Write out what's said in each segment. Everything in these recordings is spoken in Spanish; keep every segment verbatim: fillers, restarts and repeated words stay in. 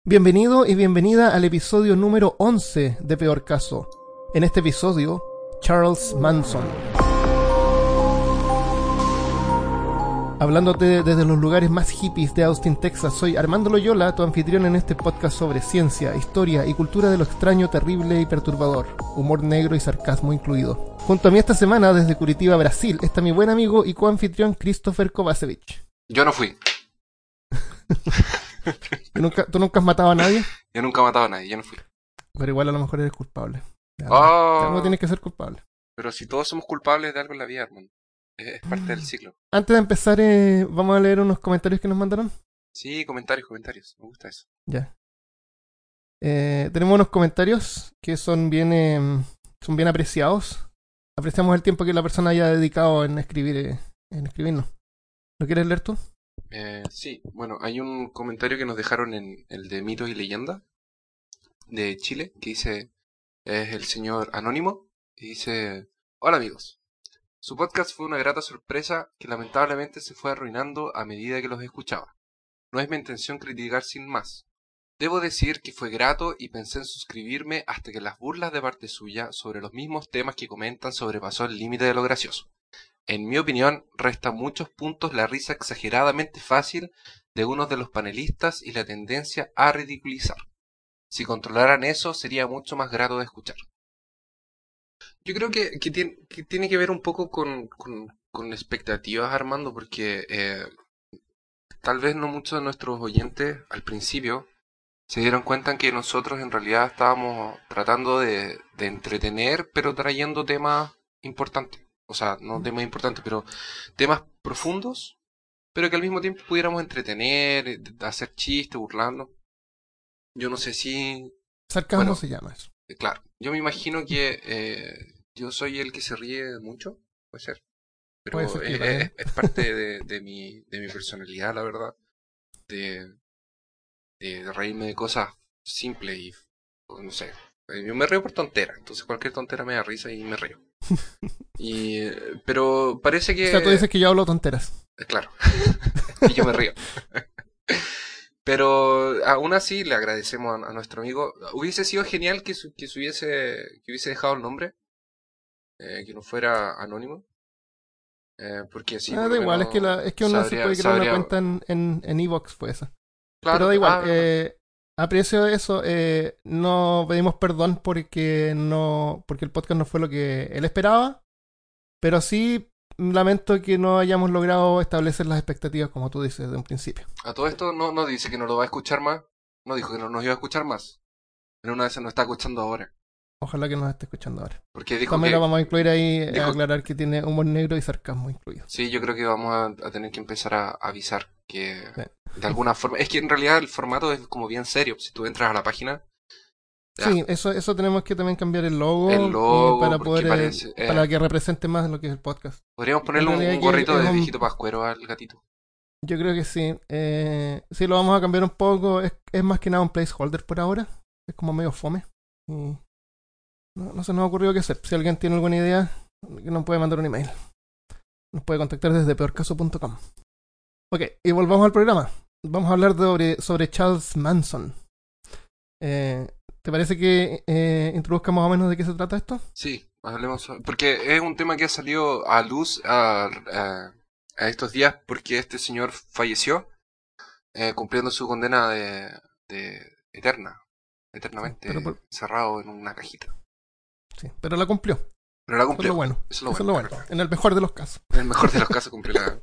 Bienvenido y bienvenida al episodio número once de Peor Caso. En este episodio, Charles Manson. Hablándote desde los lugares más hippies de Austin, Texas, soy Armando Loyola, tu anfitrión en este podcast sobre ciencia, historia y cultura de lo extraño, terrible y perturbador, humor negro y sarcasmo incluido. Junto a mí esta semana, desde Curitiba, Brasil, está mi buen amigo y coanfitrión Christopher Kovacevic. Yo no fui. ¿Tú nunca, ¿Tú nunca has matado a nadie? Yo nunca he matado a nadie, yo no fui. Pero igual a lo mejor eres culpable. De algo, Oh, de algo tienes que ser culpable. Pero si todos somos culpables de algo en la vida, hermano. Es, es parte del ciclo. Antes de empezar, eh, vamos a leer unos comentarios que nos mandaron. Sí, comentarios, comentarios. Me gusta eso. Ya. Eh, tenemos unos comentarios que son bien, eh, son bien apreciados. Apreciamos el tiempo que la persona haya dedicado en escribir, eh, en escribirnos. ¿Lo quieres leer tú? Eh, sí, bueno, hay un comentario que nos dejaron en el de Mitos y Leyendas de Chile, que dice, es el señor Anónimo, y dice, hola amigos, su podcast fue una grata sorpresa que lamentablemente se fue arruinando a medida que los escuchaba. No es mi intención criticar sin más. Debo decir que fue grato y pensé en suscribirme hasta que las burlas de parte suya sobre los mismos temas que comentan sobrepasó el límite de lo gracioso. En mi opinión, resta muchos puntos la risa exageradamente fácil de unos de los panelistas y la tendencia a ridiculizar. Si controlaran eso, sería mucho más grato de escuchar. Yo creo que, que, tiene, que tiene que ver un poco con, con, con expectativas, Armando, porque eh, tal vez no muchos de nuestros oyentes al principio se dieron cuenta que nosotros en realidad estábamos tratando de, de entretener, pero trayendo temas importantes. O sea, no temas importantes, pero temas profundos, pero que al mismo tiempo pudiéramos entretener, hacer chistes, burlarnos. Yo no sé si... Sarcasmo bueno, se llama eso. eh, claro, yo me imagino que eh, yo soy el que se ríe mucho, puede ser. Pero Puede ser que es, yo también. es- es parte de, de, mi, de mi personalidad, la verdad. De, de reírme de cosas simples y, pues, no sé. eh, Yo me río por tontera, entonces cualquier tontera me da risa y me río. Y, eh, pero parece que... O sea, tú dices que yo hablo tonteras. Eh, Claro, y yo me río. Pero aún así le agradecemos a, a nuestro amigo. Hubiese sido genial que, su- que, se hubiese, que hubiese dejado el nombre, eh, que no fuera anónimo. Eh, porque así Ah, por da lo igual, es que, menos la, es que uno se sabría, puede crear una sabría... cuenta en en, en Evox, fue esa. Pero Claro, da igual, ah, verdad. eh, aprecio eso. Eh, no pedimos perdón porque no porque el podcast no fue lo que él esperaba, pero sí lamento que no hayamos logrado establecer las expectativas como tú dices de un principio. A todo esto no, no dice que no lo va a escuchar más. No dijo que no nos iba a escuchar más. Pero una vez se nos está escuchando ahora. Ojalá que nos esté escuchando ahora. Porque dijo También que... la vamos a incluir ahí, eh, dijo- aclarar que tiene humor negro y sarcasmo incluido. Sí, yo creo que vamos a, a tener que empezar a avisar que Sí. de alguna forma... Es que en realidad el formato es como bien serio. Si tú entras a la página... ya, Sí, eso, eso tenemos que también cambiar el logo, el eh, logo, para porque poder, eh, parece... eh, para que represente más lo que es el podcast. podríamos ponerle En un, realidad un que gorrito es de un- viejito pascuero al gatito. Yo creo que sí. Eh, sí, lo vamos a cambiar un poco. Es, es más que nada un placeholder por ahora. Es como medio fome. Y no, no se nos ha ocurrido qué hacer. Si alguien tiene alguna idea, que nos puede mandar un email. Nos puede contactar desde peorcaso punto com. Ok, y volvamos al programa. Vamos a hablar sobre, sobre Charles Manson. Eh, ¿Te parece que eh, introduzca más o menos de qué se trata esto? Sí, hablemos... sobre- Porque es un tema que ha salido a luz a, a, a estos días porque este señor falleció eh, cumpliendo su condena de, de eterna. Eternamente Pero, por- encerrado en una cajita. sí, pero la cumplió. Pero la Eso es cumplió. lo bueno. Eso Eso es lo bueno. En el mejor de los casos. En el mejor de los casos cumplió la...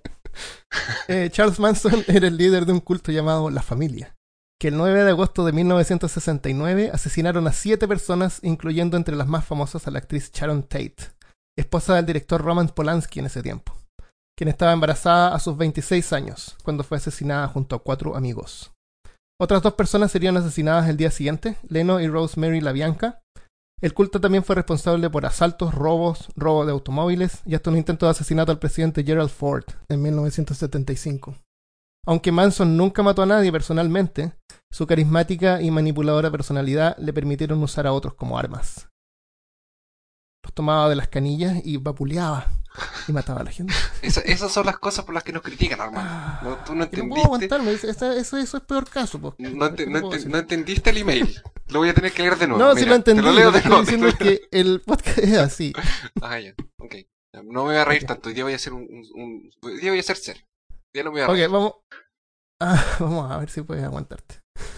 Eh, Charles Manson era el líder de un culto llamado La Familia, que el nueve de agosto de mil novecientos sesenta y nueve asesinaron a siete personas, incluyendo entre las más famosas a la actriz Sharon Tate, esposa del director Roman Polanski en ese tiempo, quien estaba embarazada a sus veintiséis años, cuando fue asesinada junto a cuatro amigos. Otras dos personas serían asesinadas el día siguiente, Leno y Rosemary LaBianca. El culto también fue responsable por asaltos, robos, robo de automóviles y hasta un intento de asesinato al presidente Gerald Ford en mil novecientos setenta y cinco. Aunque Manson nunca mató a nadie personalmente, su carismática y manipuladora personalidad le permitieron usar a otros como armas. Los tomaba de las canillas y vapuleaba, y mataba a la gente. Esa, esas son las cosas por las que nos critican, Armando. Ah, No, tú no que no puedo entendiste. aguantarme, eso, eso, eso es peor caso. Po. No, ente- ¿Qué no te puedo ente- decir? no entendiste el email. Lo voy a tener que leer de nuevo. No, Mira, sí lo entendí. Te lo Lo, leo que de estoy nuevo. diciendo es que el podcast es así. Ah, ya. Ok. No me voy a reír Ok. tanto. Hoy día voy a hacer un, un, un- Hoy día voy a ser serio. Hoy día no me voy a Ok, reír. vamos. Ah, vamos a ver si puedes aguantarte.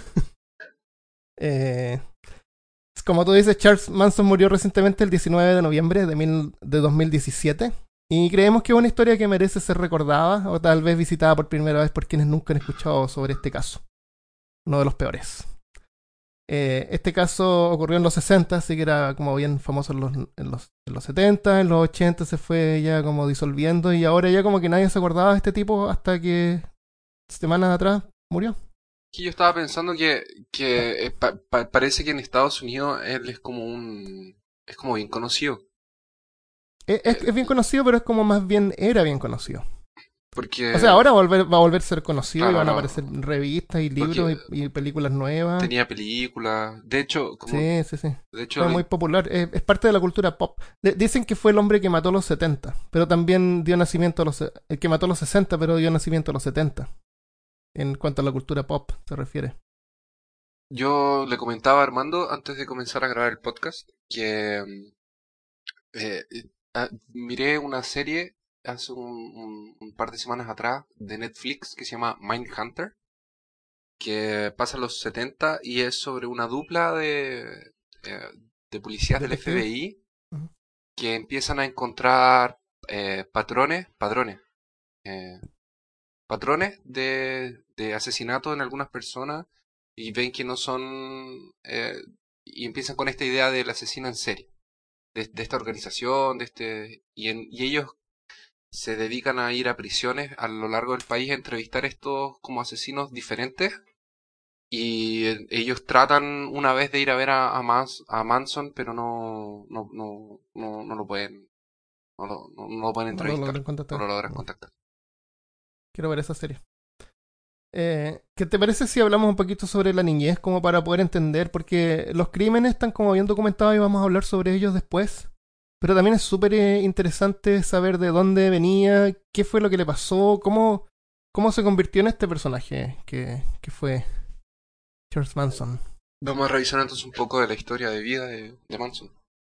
eh, como tú dices, Charles Manson murió recientemente el diecinueve de noviembre de, mil, de dos mil diecisiete. Y creemos que es una historia que merece ser recordada o tal vez visitada por primera vez por quienes nunca han escuchado sobre este caso. Uno de los peores. Eh, este caso ocurrió en los sesenta, así que era como bien famoso en los, en, los, en los setenta, en los ochenta se fue ya como disolviendo y ahora ya como que nadie se acordaba de este tipo hasta que semanas atrás murió. Que yo estaba pensando que, que eh, pa- pa- parece que en Estados Unidos él es como un... Es como bien conocido. Es, es, es bien conocido, pero es como más bien era bien conocido. Porque... O sea, ahora va a volver, va a, volver a ser conocido Claro, y van a no. aparecer revistas y libros y, y películas nuevas. Tenía películas. De hecho, como... Sí, sí, sí. De hecho, Fue la- muy popular. Es, es parte de la cultura pop. De- dicen que fue el hombre que mató a los setenta, pero también dio nacimiento a los... El que mató a los sesenta, pero dio nacimiento a los setenta. En cuanto a la cultura pop se refiere. yo le comentaba a Armando antes de comenzar a grabar el podcast que mm, eh, eh, ah, miré una serie hace un, un- un par de semanas atrás de Netflix que se llama Mindhunter, que pasa en los setenta y es sobre una dupla de, eh, de policías del F B Detectives. I Ujú. que empiezan a encontrar eh, patrones, padrones, eh, patrones de, de asesinato en algunas personas y ven que no son eh, y empiezan con esta idea del asesino en serie, de, de esta organización, de este y, en- y ellos se dedican a ir a prisiones a lo largo del país a entrevistar estos como asesinos diferentes y eh, ellos tratan una vez de ir a ver a, a, Mans- a Manson pero no no, no, no, no lo pueden no lo, no, no lo pueden No lo entrevistar, logran contactar. no lo logran No. contactar. Quiero ver esa serie. Eh, ¿Qué te parece si hablamos un poquito sobre la niñez como para poder entender? Porque los crímenes están como bien documentados y vamos a hablar sobre ellos después. Pero también es súper eh, interesante saber de dónde venía, qué fue lo que le pasó, cómo, cómo se convirtió en este personaje que, que fue Charles Manson. Vamos a revisar entonces un poco de la historia de vida de, de Manson.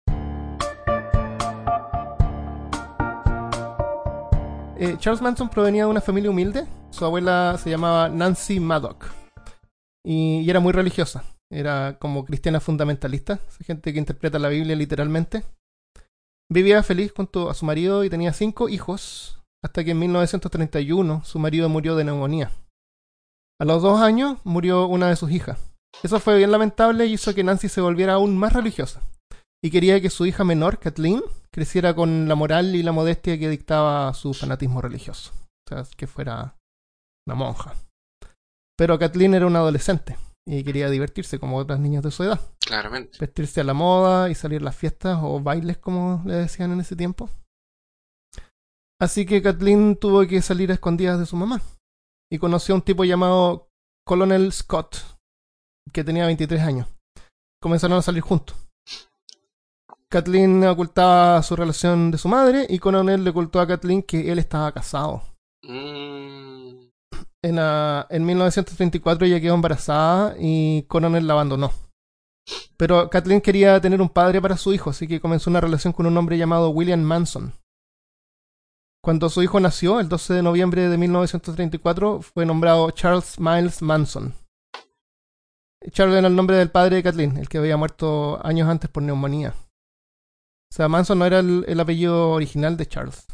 Eh, Charles Manson provenía de una familia humilde. Su abuela se llamaba Nancy Maddock y, y era muy religiosa. Era como cristiana fundamentalista, esa gente que interpreta la Biblia literalmente. Vivía feliz junto a su marido y tenía cinco hijos, hasta que en mil novecientos treinta y uno su marido murió de neumonía. A los dos años murió una de sus hijas. Eso fue bien lamentable y hizo que Nancy se volviera aún más religiosa. Y quería que su hija menor, Kathleen, creciera con la moral y la modestia que dictaba su fanatismo religioso. O sea, que fuera una monja. Pero Kathleen era una adolescente y quería divertirse como otras niñas de su edad. Claramente. Vestirse a la moda y salir a las fiestas o bailes, como le decían en ese tiempo. Así que Kathleen tuvo que salir a escondidas de su mamá. Y conoció a un tipo llamado Colonel Scott, que tenía veintitrés años. Comenzaron a salir juntos. Kathleen ocultaba su relación de su madre y Colonel le ocultó a Kathleen que él estaba casado. Mm, En, uh, en mil novecientos treinta y cuatro ella quedó embarazada y Colonel la abandonó. Pero Kathleen quería tener un padre para su hijo, así que comenzó una relación con un hombre llamado William Manson. Cuando su hijo nació, el doce de noviembre de mil novecientos treinta y cuatro, fue nombrado Charles Miles Manson. Charles era el nombre del padre de Kathleen, el que había muerto años antes por neumonía. O sea, Manson no era el, el apellido original de Charles.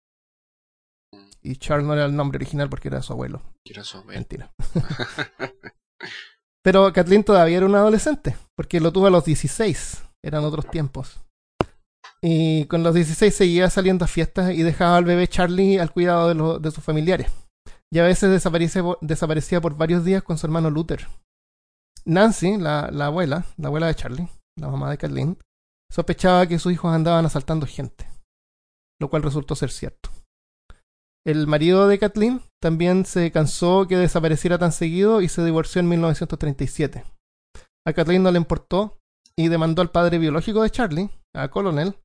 Y Charles no era el nombre original porque era su abuelo. quiero saber. Mentira. Pero Kathleen todavía era una adolescente, porque lo tuvo a los dieciséis. Eran otros tiempos. Y con los dieciséis seguía saliendo a fiestas y dejaba al bebé Charlie al cuidado de, lo, de sus familiares. Y a veces desaparecía por, desaparecía por varios días con su hermano Luther. Nancy, la, la abuela, la abuela de Charlie, la mamá de Kathleen, sospechaba que sus hijos andaban asaltando gente, lo cual resultó ser cierto. El marido de Kathleen también se cansó que desapareciera tan seguido y se divorció en mil novecientos treinta y siete. A Kathleen no le importó y demandó al padre biológico de Charlie, a Colonel,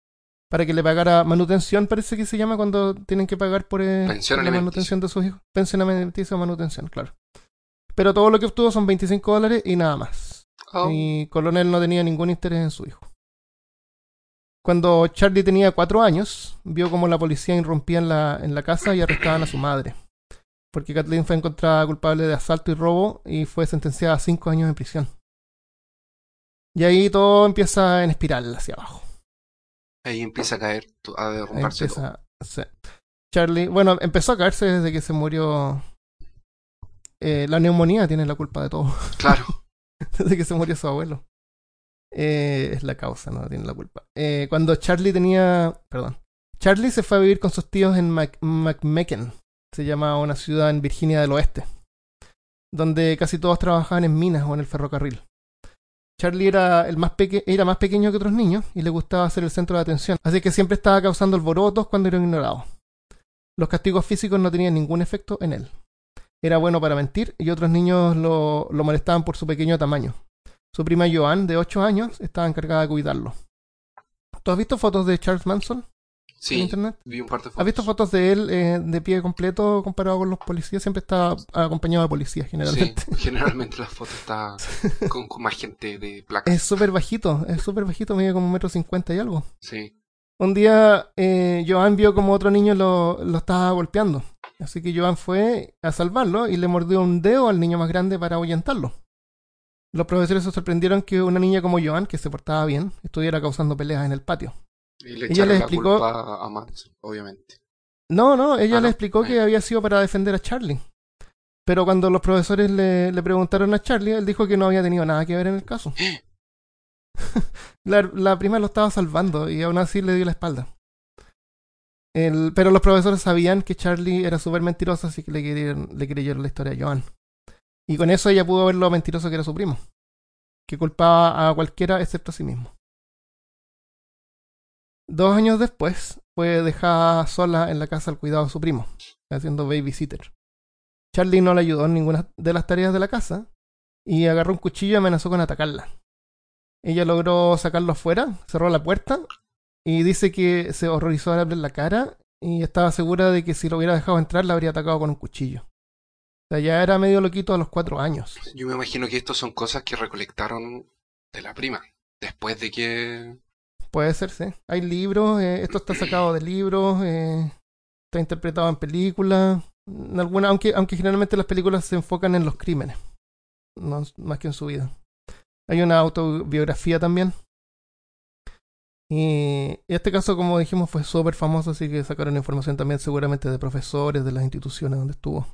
para que le pagara manutención, parece que se llama cuando tienen que pagar por, eh, Pensión por la alimenticia. manutención de sus hijos. Pensión alimenticia o manutención, claro. Pero todo lo que obtuvo son veinticinco dólares y nada más. Oh, Y Coronel no tenía ningún interés en su hijo. Cuando Charlie tenía cuatro años, vio como la policía irrumpía en la, en la casa y arrestaban a su madre. Porque Kathleen fue encontrada culpable de asalto y robo y fue sentenciada a cinco años en prisión. Y ahí todo empieza en espiral hacia abajo. ahí empieza a caer, to- a Ahí derrumbarse todo. empieza. Sí. Charlie, bueno, empezó a caerse desde que se murió. Eh, la neumonía tiene la culpa de todo. Claro. Desde que se murió su abuelo. Eh, es la causa, no tiene la culpa. Eh, cuando Charlie tenía. Perdón. Charlie se fue a vivir con sus tíos en Mac McMecken. Se llama una ciudad en Virginia del Oeste. Donde casi todos trabajaban en minas o en el ferrocarril. Charlie era, el más peque era más pequeño que otros niños y le gustaba ser el centro de atención. Así que siempre estaba causando alborotos cuando era ignorado. Los castigos físicos no tenían ningún efecto en él. Era bueno para mentir y otros niños lo, lo molestaban por su pequeño tamaño. Su prima Joan, de ocho años, estaba encargada de cuidarlo. ¿Tú has visto fotos de Charles Manson en Sí, internet? vi un par de fotos. ¿Has visto fotos de él eh, de pie completo comparado con los policías? Siempre está acompañado de policías, generalmente. Sí, generalmente las fotos están con, con más gente de placas. Es súper bajito, es súper bajito, mide como un metro cincuenta y algo. Sí. Un día eh, Joan vio como otro niño lo, lo estaba golpeando. Así que Joan fue a salvarlo y le mordió un dedo al niño más grande para ahuyentarlo. Los profesores se sorprendieron que una niña como Joan, que se portaba bien, estuviera causando peleas en el patio. Y le Ella echaron les la explicó... culpa a Manson, obviamente. No, no, ella Ah, le ¿no? explicó Ah, que ya. había sido para defender a Charlie. Pero cuando los profesores le, le preguntaron a Charlie, él dijo que no había tenido nada que ver en el caso. La, la prima lo estaba salvando y aún así le dio la espalda. El, pero los profesores sabían que Charlie era súper mentiroso, así que le creyeron, le creyeron la historia a Joan. Y con eso ella pudo ver lo mentiroso que era su primo, que culpaba a cualquiera excepto a sí mismo. Dos años después, fue dejada sola en la casa al cuidado de su primo, haciendo babysitter. Charlie no le ayudó en ninguna de las tareas de la casa y agarró un cuchillo y amenazó con atacarla. Ella logró sacarlo afuera, cerró la puerta y dice que se horrorizó al abrir la cara y estaba segura de que si lo hubiera dejado entrar la habría atacado con un cuchillo. O sea, ya era medio loquito a los cuatro años. Yo me imagino que estos son cosas que recolectaron de la prima. Después de que... Puede ser, sí. Hay libros, eh, esto está sacado de libros, eh, está interpretado en películas. En alguna, aunque, aunque generalmente las películas se enfocan en los crímenes, no más que en su vida. Hay una autobiografía también. Y este caso, como dijimos, fue súper famoso, así que sacaron información también seguramente de profesores, de las instituciones donde estuvo.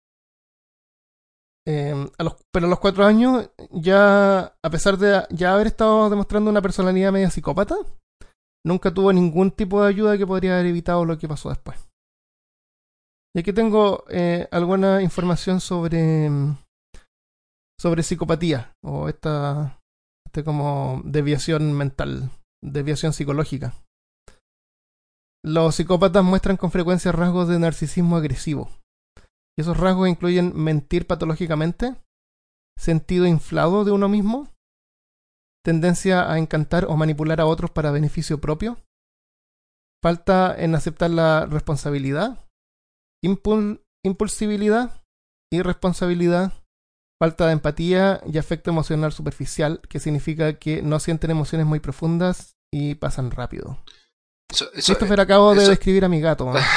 Eh, a los, pero a los cuatro años, ya a pesar de ya haber estado demostrando una personalidad media psicópata, nunca tuvo ningún tipo de ayuda que podría haber evitado lo que pasó después. Y aquí tengo eh, alguna información sobre sobre psicopatía o esta, esta como desviación mental, desviación psicológica. Los psicópatas muestran con frecuencia rasgos de narcisismo agresivo. Y esos rasgos incluyen mentir patológicamente, sentido inflado de uno mismo, tendencia a encantar o manipular a otros para beneficio propio, falta en aceptar la responsabilidad, impul impulsibilidad, irresponsabilidad, falta de empatía y afecto emocional superficial, que significa que no sienten emociones muy profundas y pasan rápido. Eso, eso, Christopher, acabo eso... de describir a mi gato. ¿eh?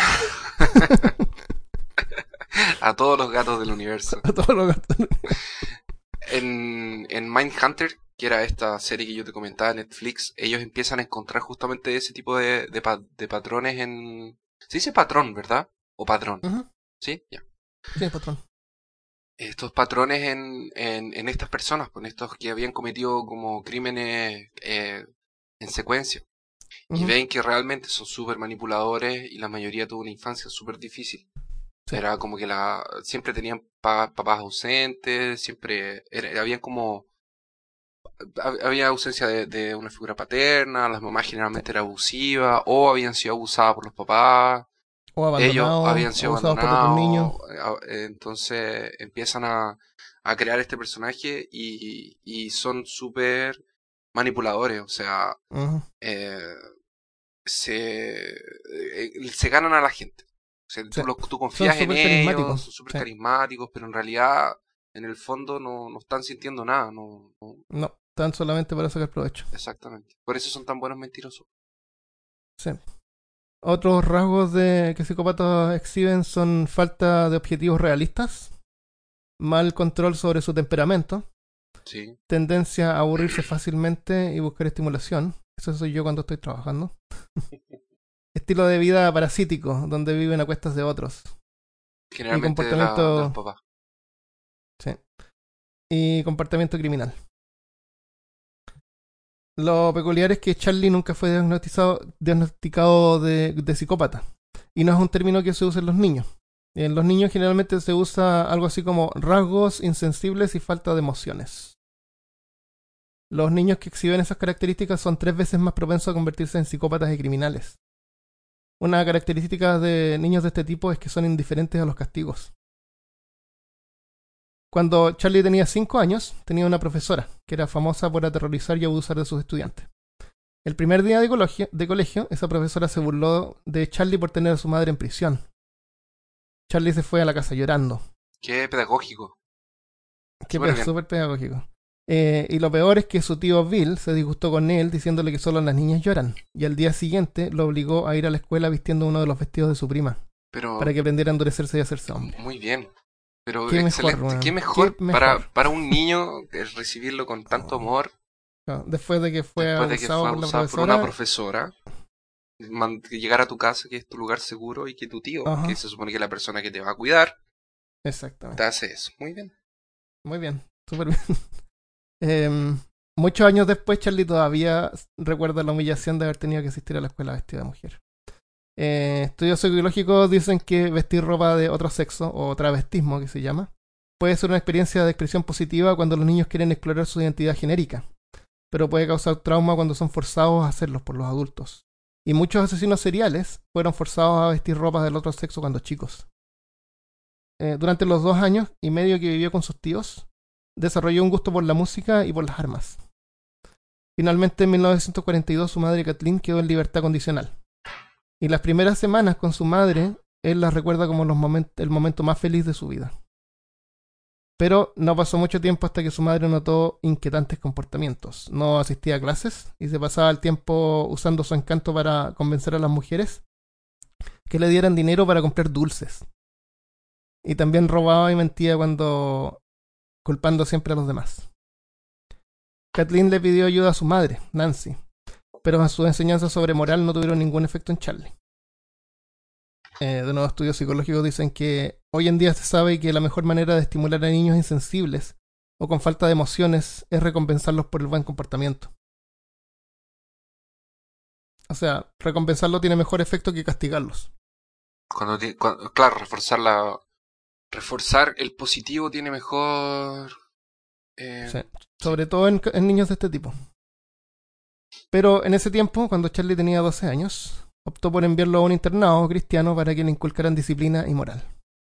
A todos los gatos del universo. A todos los gatos. En, en Mindhunter, que era esta serie que yo te comentaba en Netflix, ellos empiezan a encontrar justamente ese tipo de, de, pa, de patrones en... Se dice patrón, ¿verdad? O padrón. Uh-huh. ¿Sí? Ya. Sí, patrón. Estos patrones en, en, en estas personas, con estos que habían cometido como crímenes eh, en secuencia. Uh-huh. Y ven que realmente son súper manipuladores y la mayoría tuvo una infancia súper difícil. Sí. Era como que la siempre tenían pa, papás ausentes, siempre era, habían como había ausencia de, de una figura paterna, las mamás generalmente eran abusivas o habían sido abusadas por los papás. O ellos habían sido abandonados por niños. Entonces empiezan a, a crear este personaje y, y son súper manipuladores, o sea, uh-huh. eh, se, eh, se ganan a la gente. O sea, Sí. tú, lo- tú Son confías en súper ellos, carismáticos. son súper Sí. carismáticos, pero en realidad, en el fondo, no, no están sintiendo nada. No, no- No, están solamente para sacar provecho. exactamente. Por eso son tan buenos mentirosos. Sí. Otros rasgos de que psicópatas exhiben son falta de objetivos realistas, mal control sobre su temperamento, Sí. tendencia a aburrirse fácilmente y buscar estimulación. Eso soy yo cuando estoy trabajando. Estilo de vida parasítico, donde viven a cuestas de otros. Y Generalmente de, la, de los comportamiento. papás. Sí. Y comportamiento criminal. Lo peculiar es que Charlie nunca fue diagnosticado, diagnosticado de, de psicópata. Y no es un término que se usa en los niños. En los niños generalmente se usa algo así como rasgos insensibles y falta de emociones. Los niños que exhiben esas características son tres veces más propensos a convertirse en psicópatas y criminales. Una característica de niños de este tipo es que son indiferentes a los castigos. Cuando Charlie tenía cinco años, tenía una profesora que era famosa por aterrorizar y abusar de sus estudiantes. El primer día de colegio, de colegio, esa profesora se burló de Charlie por tener a su madre en prisión. Charlie se fue a la casa llorando. Qué pedagógico. Qué Súper pe- bien. súper pedagógico. Eh, y lo peor es que su tío Bill se disgustó con él diciéndole que solo las niñas lloran. Y al día siguiente lo obligó a ir a la escuela vistiendo uno de los vestidos de su prima. Pero Para que aprendiera a endurecerse y a hacerse hombre. muy bien. Pero Qué mejor, excelente. Qué weón. mejor, Qué mejor. Para, para un niño eh, recibirlo con tanto amor No, después de que fue después de que abusado fue por la abusado por una profesora. profesora. Man- que llegar a tu casa, que es tu lugar seguro, y que tu tío, Ajá. que se supone que es la persona que te va a cuidar, te Exactamente. hace eso. Muy bien. Muy bien. Súper bien. Eh, muchos años después, Charlie todavía recuerda la humillación de haber tenido que asistir a la escuela vestida de mujer. Eh, estudios psicológicos dicen que vestir ropa de otro sexo, o travestismo que se llama, puede ser una experiencia de expresión positiva cuando los niños quieren explorar su identidad genérica, pero puede causar trauma cuando son forzados a hacerlos por los adultos. Y muchos asesinos seriales fueron forzados a vestir ropa del otro sexo cuando chicos. Eh, durante los dos años y medio que vivió con sus tíos, desarrolló un gusto por la música y por las armas. Finalmente, en mil novecientos cuarenta y dos, su madre Kathleen quedó en libertad condicional. Y las primeras semanas con su madre, él las recuerda como los moment- el momento más feliz de su vida. Pero no pasó mucho tiempo hasta que su madre notó inquietantes comportamientos. No asistía a clases y se pasaba el tiempo usando su encanto para convencer a las mujeres que le dieran dinero para comprar dulces. Y también robaba y mentía cuando culpando siempre a los demás. Kathleen le pidió ayuda a su madre, Nancy, pero sus enseñanzas sobre moral no tuvieron ningún efecto en Charlie. Eh, de nuevo, estudios psicológicos dicen que hoy en día se sabe que la mejor manera de estimular a niños insensibles o con falta de emociones es recompensarlos por el buen comportamiento. O sea, recompensarlo tiene mejor efecto que castigarlos. Cuando, ti- cuando- claro, reforzar la, reforzar el positivo tiene mejor. Eh, Sí. Sobre todo en, en niños de este tipo. Pero en ese tiempo, cuando Charlie tenía doce años, optó por enviarlo a un internado cristiano para que le inculcaran disciplina y moral.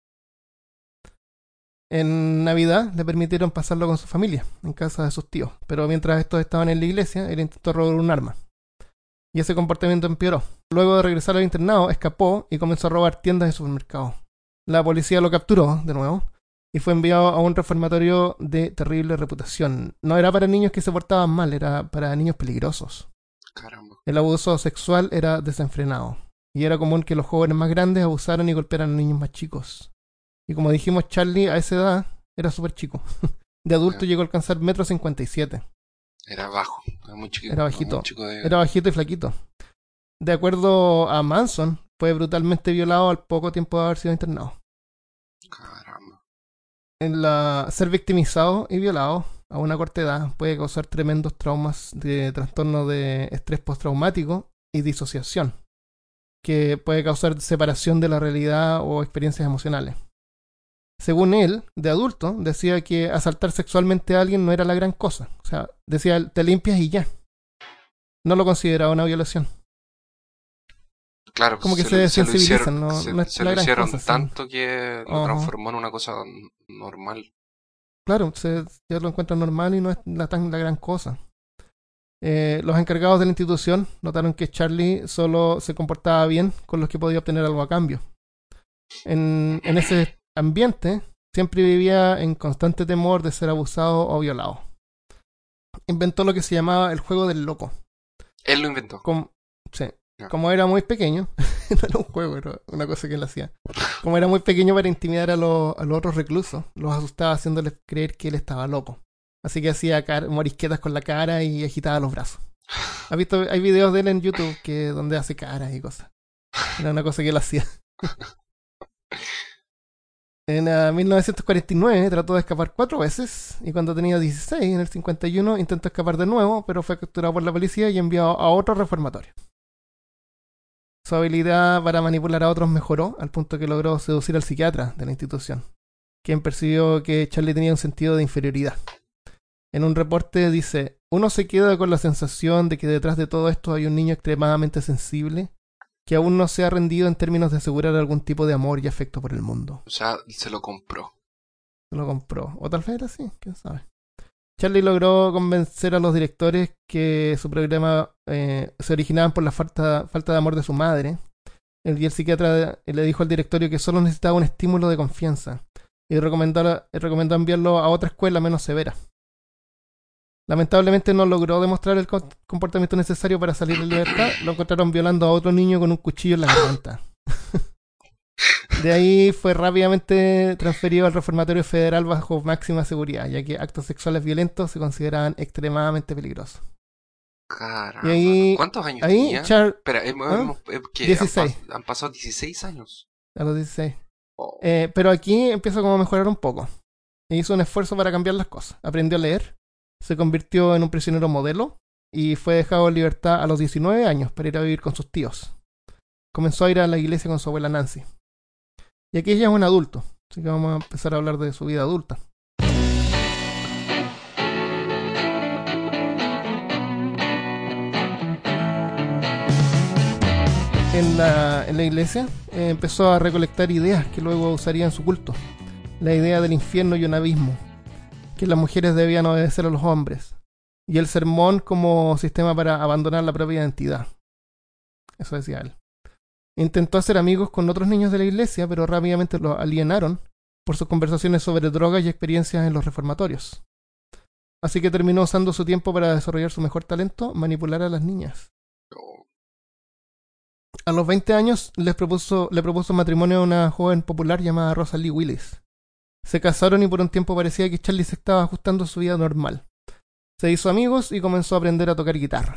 En Navidad le permitieron pasarlo con su familia, en casa de sus tíos, pero mientras estos estaban en la iglesia, él intentó robar un arma. Y ese comportamiento empeoró. Luego de regresar al internado, escapó y comenzó a robar tiendas de supermercados. La policía lo capturó, de nuevo, y fue enviado a un reformatorio de terrible reputación. No era para niños que se portaban mal, era para niños peligrosos. caramba. El abuso sexual era desenfrenado, y era común que los jóvenes más grandes abusaran y golpearan a niños más chicos. Y como dijimos, Charlie a esa edad era súper chico. De adulto Eh, llegó a alcanzar metro cincuenta y siete. Era bajo, era muy chiquito. Era bajito. Muy chico de... Era bajito y flaquito. De acuerdo a Manson, fue brutalmente violado al poco tiempo de haber sido internado. Caramba. En la, ser victimizado y violado a una corta edad puede causar tremendos traumas de trastorno de estrés postraumático y disociación, que puede causar separación de la realidad o experiencias emocionales. Según él, de adulto, decía que asaltar sexualmente a alguien no era la gran cosa. O sea, decía, te limpias y ya. No lo consideraba una violación. Claro, Como que se, se lo- se lo hicieron, sensibilizan, no, se, no es se la lo gran hicieron cosa. Sí. tanto que lo Ajá. transformó en una cosa n- normal. Claro, se, ya lo encuentran normal y no es la, tan, la gran cosa. Eh, los encargados de la institución notaron que Charlie solo se comportaba bien con los que podía obtener algo a cambio. En, en ese ambiente siempre vivía en constante temor de ser abusado o violado. Inventó lo que se llamaba el juego del loco. Él lo inventó. Como, sí, No. como era muy pequeño, no era un juego, era una cosa que él hacía. Como era muy pequeño para intimidar a, los, a los otros reclusos, los asustaba haciéndoles creer que él estaba loco. Así que hacía car- morisquetas con la cara y agitaba los brazos. ¿Has visto? Hay videos de él en YouTube que donde hace caras y cosas. Era una cosa que él hacía. En uh, mil novecientos cuarenta y nueve trató de escapar cuatro veces y cuando tenía dieciséis, en el cincuenta y uno, intentó escapar de nuevo, pero fue capturado por la policía y enviado a otro reformatorio. Su habilidad para manipular a otros mejoró al punto que logró seducir al psiquiatra de la institución, quien percibió que Charlie tenía un sentido de inferioridad. En un reporte dice, uno se queda con la sensación de que detrás de todo esto hay un niño extremadamente sensible que aún no se ha rendido en términos de asegurar algún tipo de amor y afecto por el mundo. O sea, se lo compró. Se lo compró. O tal vez era así, quién sabe. Charlie logró convencer a los directores que su problema eh, se originaban por la falta, falta de amor de su madre. El, y el psiquiatra le dijo al directorio que solo necesitaba un estímulo de confianza y recomendó, recomendó enviarlo a otra escuela menos severa. Lamentablemente no logró demostrar el comportamiento necesario para salir en libertad. Lo encontraron violando a otro niño con un cuchillo en la garganta. De ahí fue rápidamente transferido al reformatorio federal bajo máxima seguridad, ya que actos sexuales violentos se consideraban extremadamente peligrosos. Caramba. Y ahí, ¿Cuántos años ahí tenía? Char- Espera, hemos, ¿Ah? hemos- eh, ¿qué? dieciséis. Han, pas- han pasado dieciséis años. A los dieciséis. Oh. Eh, pero aquí empieza como a mejorar un poco. E hizo un esfuerzo para cambiar las cosas. Aprendió a leer, se convirtió en un prisionero modelo y fue dejado en libertad a los diecinueve años para ir a vivir con sus tíos. Comenzó a ir a la iglesia con su abuela Nancy. Y aquí ella es un adulto, así que vamos a empezar a hablar de su vida adulta. En la, en la iglesia eh, empezó a recolectar ideas que luego usaría en su culto. La idea del infierno y un abismo, que las mujeres debían obedecer a los hombres, y el sermón como sistema para abandonar la propia identidad. Eso decía él. Intentó hacer amigos con otros niños de la iglesia, pero rápidamente los alienaron por sus conversaciones sobre drogas y experiencias en los reformatorios. Así que terminó usando su tiempo para desarrollar su mejor talento, manipular a las niñas. Oh. A los veinte años les propuso, le propuso matrimonio a una joven popular llamada Rosalie Willis. Se casaron y por un tiempo parecía que Charlie se estaba ajustando a su vida normal. Se hizo amigos y comenzó a aprender a tocar guitarra.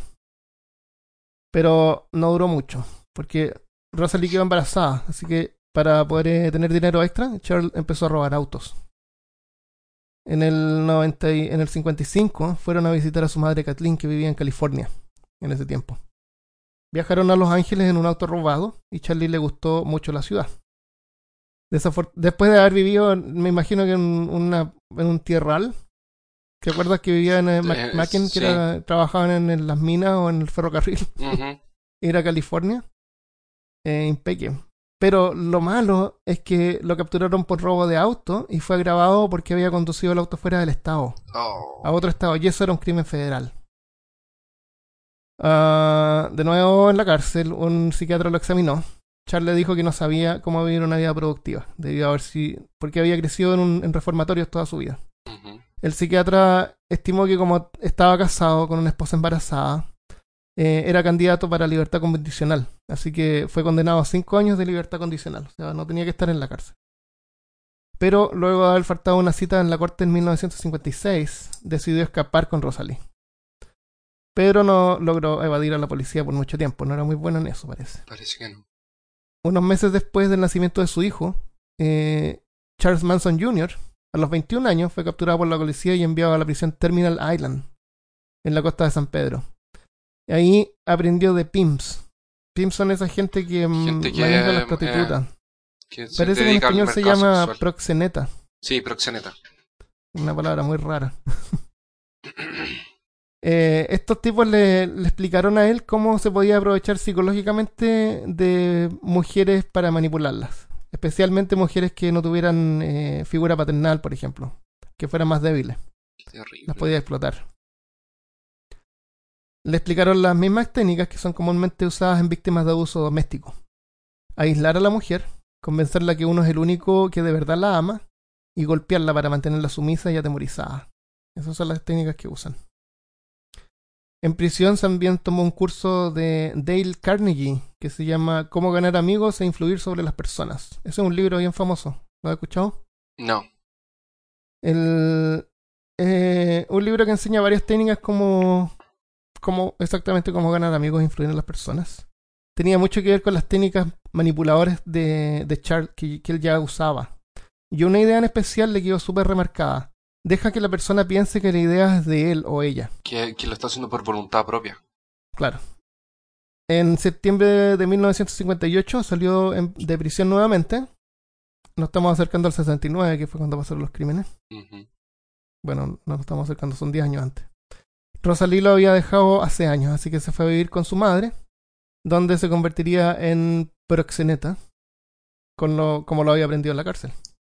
Pero no duró mucho, porque Rosalie quedó embarazada, así que para poder eh, tener dinero extra, Charles empezó a robar autos. En el, noventa y, en el cincuenta y cinco fueron a visitar a su madre Kathleen, que vivía en California en ese tiempo. Viajaron a Los Ángeles en un auto robado y Charlie le gustó mucho la ciudad. Desafor- Después de haber vivido, me imagino que en, una, en un tierral, ¿te acuerdas que vivía en eh, Eh, Mackin, que sí. era, trabajaban en, en las minas o en el ferrocarril? Ujú. Ir a California. Eh, impeque. Pero lo malo es que lo capturaron por robo de auto y fue agravado porque había conducido el auto fuera del estado, Oh. a otro estado, y eso era un crimen federal. Uh, de nuevo en la cárcel, un psiquiatra lo examinó. Charles le dijo que no sabía cómo vivir una vida productiva, debido a ver si, porque había crecido en, un, en reformatorios toda su vida. Ujú. El psiquiatra estimó que como estaba casado con una esposa embarazada, Eh, era candidato para libertad condicional, así que fue condenado a cinco años de libertad condicional, o sea, no tenía que estar en la cárcel. Pero luego de haber faltado una cita en la corte en mil novecientos cincuenta y seis, decidió escapar con Rosalie. Pero no logró evadir a la policía por mucho tiempo, no era muy bueno en eso, parece. Parece que no. Unos meses después del nacimiento de su hijo, eh, Charles Manson junior, a los veintiún años, fue capturado por la policía y enviado a la prisión Terminal Island, en la costa de San Pedro. Ahí aprendió de pimps. Pimps son esa gente que, Gente que, maneja a las eh, prostitutas. Que se Parece que en dedica al español se mercado llama sexual. proxeneta. Sí, proxeneta. Una palabra muy rara. eh, estos tipos le, le explicaron a él cómo se podía aprovechar psicológicamente de mujeres para manipularlas. Especialmente mujeres que no tuvieran eh, figura paternal, por ejemplo. Que fueran más débiles. Qué terrible. Las podía explotar. Le explicaron las mismas técnicas que son comúnmente usadas en víctimas de abuso doméstico. Aislar a la mujer, convencerla que uno es el único que de verdad la ama y golpearla para mantenerla sumisa y atemorizada. Esas son las técnicas que usan. En prisión también tomó un curso de Dale Carnegie que se llama Cómo ganar amigos e influir sobre las personas. Ese es un libro bien famoso. ¿Lo has escuchado? No. El, eh, un libro que enseña varias técnicas como, como exactamente cómo ganar amigos e influir en las personas. Tenía mucho que ver con las técnicas manipuladoras de, de Charles que, que él ya usaba. Y una idea en especial le quedó súper remarcada. Deja que la persona piense que la idea es de él o ella. Que, que lo está haciendo por voluntad propia. Claro. En septiembre de mil novecientos cincuenta y ocho salió en, de prisión nuevamente. Nos estamos acercando al sesenta y nueve, que fue cuando pasaron los crímenes. Uh-huh. Bueno, no nos estamos acercando, son diez años antes. Rosalie lo había dejado hace años, así que se fue a vivir con su madre, donde se convertiría en proxeneta, con lo, como lo había aprendido en la cárcel.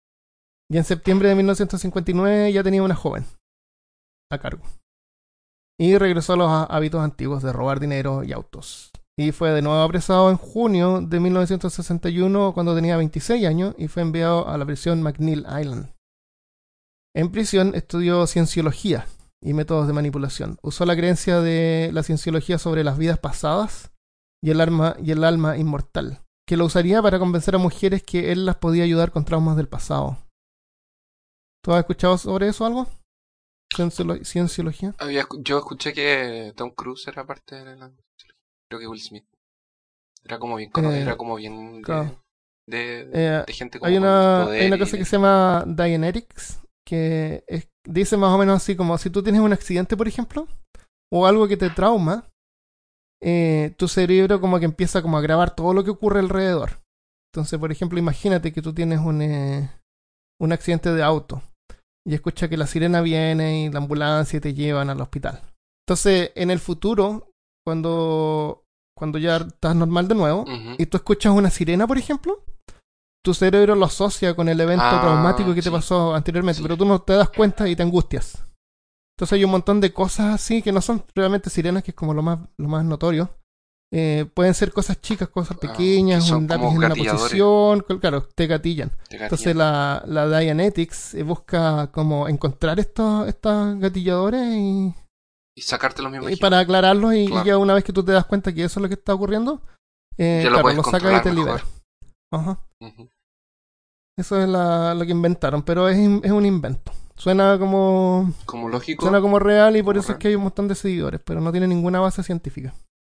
Y en septiembre de mil novecientos cincuenta y nueve ya tenía una joven a cargo. Y regresó a los hábitos antiguos de robar dinero y autos. Y fue de nuevo apresado en junio de mil novecientos sesenta y uno cuando tenía veintiséis años y fue enviado a la prisión McNeil Island. En prisión estudió cienciología y métodos de manipulación. Usó la creencia de la cienciología sobre las vidas pasadas y el alma, y el alma inmortal, que lo usaría para convencer a mujeres que él las podía ayudar con traumas del pasado. ¿Tú has escuchado sobre eso algo? Cienciolo- ¿Cienciología? Había, yo escuché que Tom Cruise era parte de la... Creo que Will Smith. Era como bien conocido, Eh, era como bien de, claro. de, de, Eh, de gente como hay con una, poder. hay una y cosa de- que se llama Dianetics, que es- dice más o menos así como si tú tienes un accidente, por ejemplo, o algo que te trauma, eh, tu cerebro como que empieza como a grabar todo lo que ocurre alrededor. Entonces, por ejemplo, imagínate que tú tienes un, eh, un accidente de auto y escucha que la sirena viene y la ambulancia y te llevan al hospital. Entonces, en el futuro, cuando, cuando ya estás normal de nuevo Ujú. y tú escuchas una sirena, por ejemplo, tu cerebro lo asocia con el evento Ah, traumático que te sí. pasó anteriormente, Sí. pero tú no te das cuenta y te angustias. Entonces hay un montón de cosas así que no son realmente sirenas, que es como lo más, lo más notorio. Eh, pueden ser cosas chicas, cosas Ah, que pequeñas, son un lápiz como en una gatilladores. posición, cl- claro, te gatillan. Te Entonces gatillan. la, la Dianetics eh, busca como encontrar estos, estos gatilladores y, Y sacártelos, me y imagino. para aclararlos y, y Claro. ya una vez que tú te das cuenta que eso es lo que está ocurriendo, eh, Ya lo claro, puedes lo sacas y controlar te mejor. libera. Ajá. Ujú. Eso es la, lo que inventaron, pero es, in- es un invento. Suena como Como lógico. suena como real y por como eso es real. que hay un montón de seguidores, pero no tiene ninguna base científica.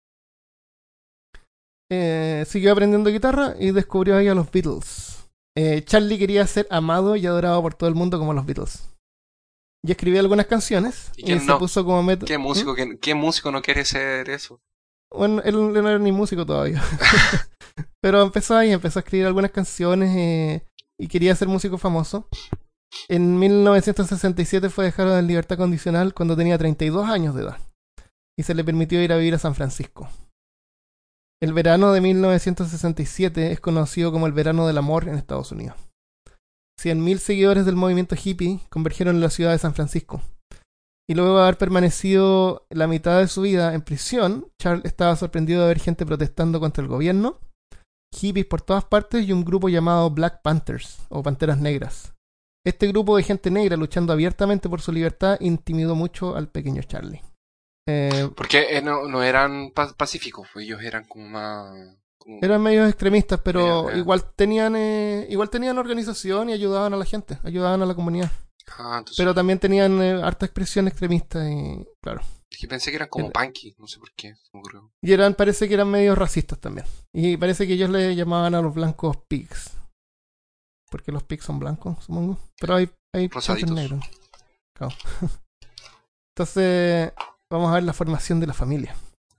Eh, siguió aprendiendo guitarra y descubrió ahí a los Beatles. Eh, Charlie quería ser amado y adorado por todo el mundo como los Beatles. Y escribió algunas canciones ¿Y y, quién se no? puso como método. ¿Qué músico, qué, qué músico no quiere ser eso? Bueno, él, él no era ni músico todavía. Pero empezó ahí, empezó a escribir algunas canciones eh, y quería ser músico famoso. En mil novecientos sesenta y siete fue dejado en libertad condicional cuando tenía treinta y dos años de edad. Y se le permitió ir a vivir a San Francisco. El verano de mil novecientos sesenta y siete es conocido como el verano del amor en Estados Unidos. cien mil seguidores del movimiento hippie convergieron en la ciudad de San Francisco. Y luego de haber permanecido la mitad de su vida en prisión, Charles estaba sorprendido de ver gente protestando contra el gobierno, hippies por todas partes y un grupo llamado Black Panthers, o Panteras Negras. Este grupo de gente negra luchando abiertamente por su libertad intimidó mucho al pequeño Charlie. Eh, Porque eh, no, no eran pa- pacíficos, pues ellos eran como más... como- eran medios extremistas, pero Medio, eh. igual tenían eh, igual tenían organización y ayudaban a la gente, ayudaban a la comunidad. Ah, entonces... Pero también tenían eh, harta expresión extremista y claro. Es que pensé que eran como El- punky, no sé por qué, se me ocurrió. Y eran, parece que eran medios racistas también. Y parece que ellos le llamaban a los blancos pigs. Porque los pigs son blancos, supongo. Pero hay, hay Rosaditos. panthers negros. Claro. Entonces, vamos a ver la formación de la familia.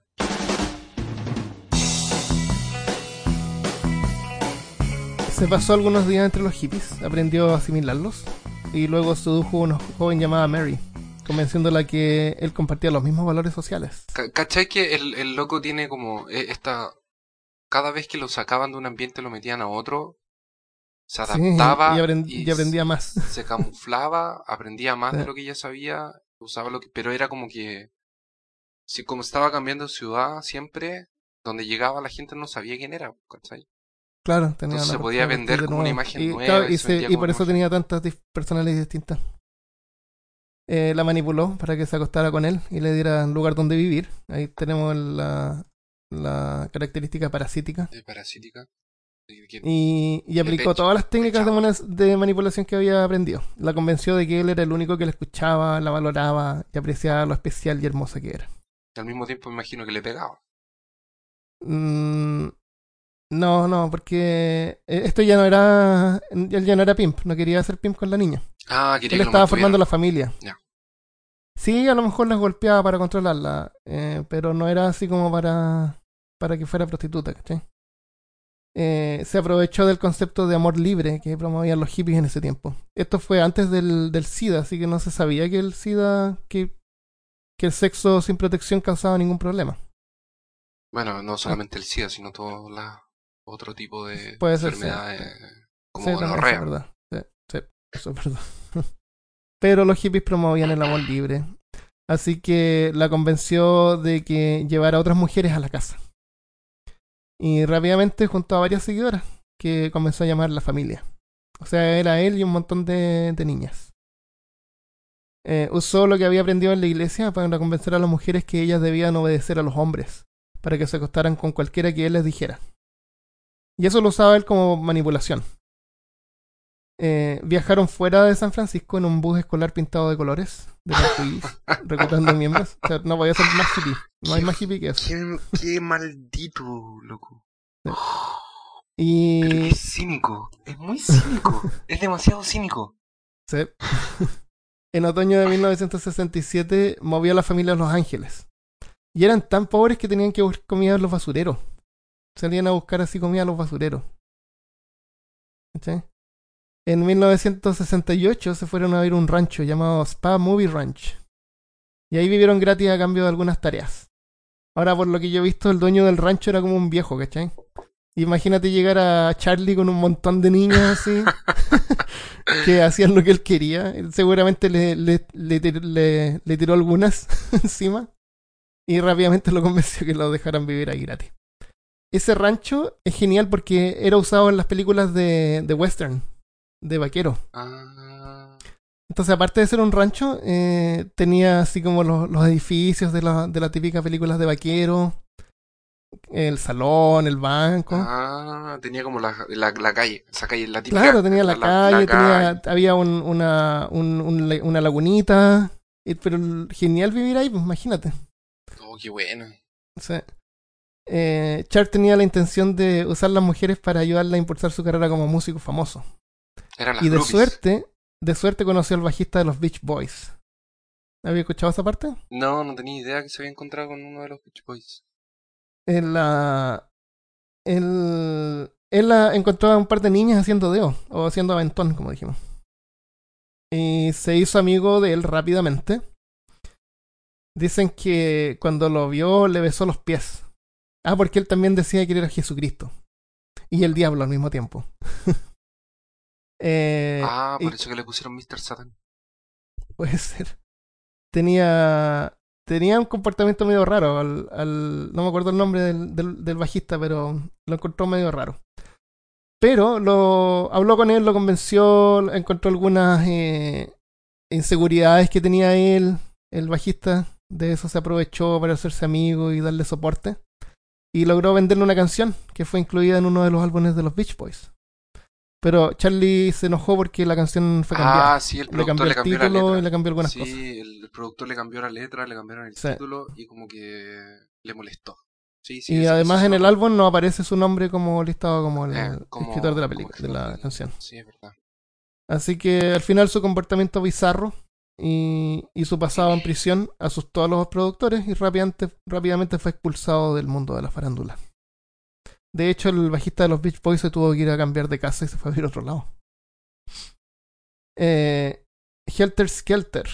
Se pasó algunos días entre los hippies, aprendió a asimilarlos. Y luego sedujo a una joven llamada Mary, convenciéndola que él compartía los mismos valores sociales. Ca- ¿Cachai que el, el loco tiene como eh, esta... Cada vez que lo sacaban de un ambiente lo metían a otro, se Sí, adaptaba y, aprend- y y aprendía s- más. se camuflaba, aprendía más Sí. de lo que ya sabía, usaba lo que... Pero era como que Sí, como estaba cambiando de ciudad siempre, donde llegaba la gente no sabía quién era, ¿cachai? Claro, tenía Entonces la se podía oportunidad de partir vender de como una nuevo. imagen Y, claro, nueva y y, se se, vendía y como por una eso imagen. tenía tantas dif- personalidades distintas. Eh, la manipuló para que se acostara con él y le diera un lugar donde vivir. Ahí tenemos la, la característica parasítica. De parasítica. De que Y, y le, aplicó pech, todas las le técnicas de, echaba. mona- de manipulación que había aprendido. La convenció de que él era el único que la escuchaba, la valoraba y apreciaba lo especial y hermosa que era. Y al mismo tiempo me imagino que le pegaba. Mm, no, no, porque eh, esto ya no era. Él ya no era pimp, no quería ser pimp con la niña. Ah, quería Él que lo estaba formando mantuvieran. la familia. Ya. Sí, a lo mejor las golpeaba para controlarla, eh, pero no era así como para, para que fuera prostituta, ¿cachai? Eh, se aprovechó del concepto de amor libre que promovían los hippies en ese tiempo. Esto fue antes del, del SIDA, así que no se sabía que el SIDA, que, que el sexo sin protección causaba ningún problema. Bueno, no Ah, solamente el SIDA, sino todo la, otro tipo de puede ser, sí. enfermedades como Sí, también eso es gonorrea. verdad. Sí, sí, eso es verdad. Pero los hippies promovían el amor libre, así que la convenció de que llevara a otras mujeres a la casa. Y rápidamente juntó a varias seguidoras que comenzó a llamar la familia. O sea, era él y un montón de, de niñas. Eh, usó lo que había aprendido en la iglesia para convencer a las mujeres que ellas debían obedecer a los hombres, para que se acostaran con cualquiera que él les dijera. Y eso lo usaba él como manipulación. Eh, viajaron fuera de San Francisco en un bus escolar pintado de colores, de arcoíris, reclutando miembros. O sea, no podía ser más hippie. No hay Qué, más hippie que eso. qué, qué maldito, loco. Sí. Pero qué Y... cínico. Es muy cínico. Es demasiado cínico. Sí. En otoño de mil novecientos sesenta y siete movió a la familia a Los Ángeles. Y eran tan pobres que tenían que buscar comida en los basureros. Salían a buscar así comida en los basureros. ¿Sí? En mil novecientos sesenta y ocho se fueron a ver un rancho llamado Spa Movie Ranch. Y ahí vivieron gratis a cambio de algunas tareas. Ahora, por lo que yo he visto, el dueño del rancho era como un viejo, ¿cachai? Imagínate llegar a Charlie con un montón de niños así, que hacían lo que él quería. Él seguramente le, le, le, tir- le- le tiró algunas encima y rápidamente lo convenció que lo dejaran vivir ahí gratis. Ese rancho es genial porque era usado en las películas de, de western, de vaquero. Ah, Entonces, aparte de ser un rancho, eh, tenía así como los, los edificios de la, de la típica películas de vaquero, el salón, el banco. ah, tenía como la, la, la calle, esa calle, la Claro, típica, tenía la, la la, la calle, tenía, calle. había un, una, un- un la- una lagunita. y- Pero el- genial vivir ahí, pues imagínate. Oh, qué bueno. O sea, eh, Char tenía la intención de usar las mujeres para ayudarla a impulsar su carrera como músico famoso. Eran las Y de groupies. suerte, de suerte conoció al bajista de los Beach Boys. ¿Había escuchado esa parte? No, no tenía idea que se había encontrado con uno de los Beach Boys. En la, él, él la encontró a un par de niñas haciendo deo, o haciendo aventón, como dijimos. Y se hizo amigo de él rápidamente. Dicen que cuando lo vio le besó los pies. Ah, porque él también decía que era Jesucristo. Y el diablo al mismo tiempo. eh, Ah, por y eso que le pusieron mister Satan. puede ser. Tenía tenía un comportamiento medio raro. Al, al- no me acuerdo el nombre del, del, del bajista, pero lo encontró medio raro. Pero lo habló con él, lo convenció, encontró algunas eh, inseguridades que tenía él, el bajista. De eso se aprovechó para hacerse amigo y darle soporte. Y logró venderle una canción que fue incluida en uno de los álbumes de los Beach Boys. Pero Charlie se enojó porque la canción fue Ah, cambiada. sí, el Le cambió productor le el cambió la título y letra. le cambió algunas cosas. Sí, el, el productor le cambió la letra, le cambiaron el Sí. título y como que le molestó. Sí, sí, Y eso, eso además sí en me el acuerdo. álbum no aparece su nombre como listado como el Eh, escritor de la como, como película, de escritor la del... canción. Sí, es verdad. Así que al final su comportamiento bizarro y, y su pasado en prisión asustó a los productores y rápidamente, rápidamente fue expulsado del mundo de la farándula. De hecho, el bajista de los Beach Boys se tuvo que ir a cambiar de casa y se fue a vivir a otro lado. Eh, Helter Skelter.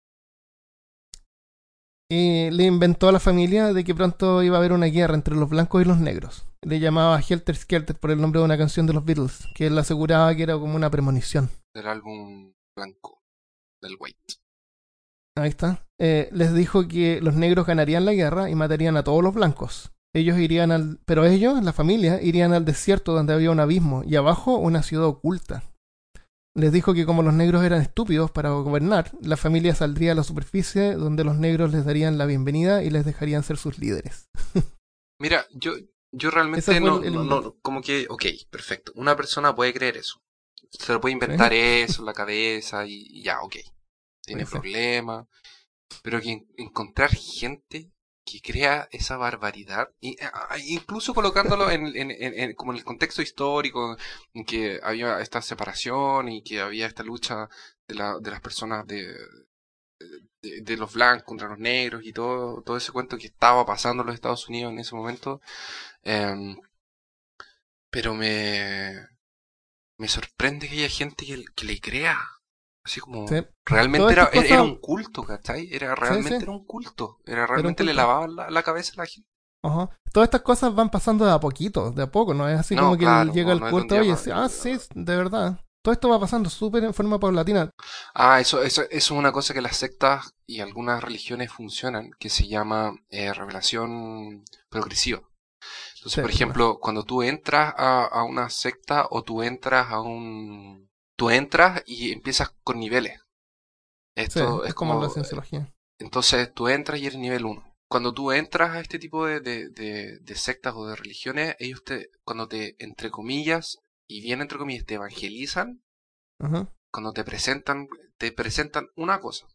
Y le inventó a la familia de que pronto iba a haber una guerra entre los blancos y los negros. Le llamaba Helter Skelter por el nombre de una canción de los Beatles, que él aseguraba que era como una premonición. Del álbum blanco, del White. Ahí está. Eh, les dijo que los negros ganarían la guerra y matarían a todos los blancos. Ellos irían al... Pero ellos, la familia, irían al desierto donde había un abismo y abajo una ciudad oculta. Les dijo que como los negros eran estúpidos para gobernar, la familia saldría a la superficie donde los negros les darían la bienvenida y les dejarían ser sus líderes. Mira, yo, yo Ese realmente fue no, el... no, el- no, como que, ok, perfecto. Una persona puede creer eso. Se lo puede inventar ¿sí? eso en la cabeza y, y ya, ok. Tiene Puede ser. problemas. Pero que en- encontrar gente que crea esa barbaridad, y, a- a- incluso colocándolo en, en- en- en- como en el contexto histórico, en que había esta separación y que había esta lucha de, la, de las personas de, de, de los blancos contra los negros y todo, todo ese cuento que estaba pasando en los Estados Unidos en ese momento. em, pero me, me sorprende que haya gente que, que le crea. Así Sí. como, Todas realmente era, estas era, era cosas... un culto, ¿cachai? Era Sí, realmente sí. era un culto. Era Era un realmente le culto. lavaban la, la cabeza a la gente. Ajá. Todas estas cosas van pasando de a poquito, de a poco, no es así como No, que él claro, llega no, al no es de un culto, día oye, para... sí, ah, sí, de verdad. Todo esto va pasando súper en forma paulatina. Ah, eso, eso, eso es una cosa que las sectas y algunas religiones funcionan, que se llama eh, revelación progresiva. Entonces, Sí, por pues, ejemplo, cuando tú entras a, a una secta o tú entras a un... Tú entras y empiezas con niveles. sí, Esto es es como en la como... cienciología. Entonces tú entras y eres nivel uno. Cuando tú entras a este tipo de, de, de, de sectas o de religiones, ellos te, cuando te, entre comillas, y bien entre comillas, te evangelizan, Ajá. cuando te presentan, te presentan una cosa,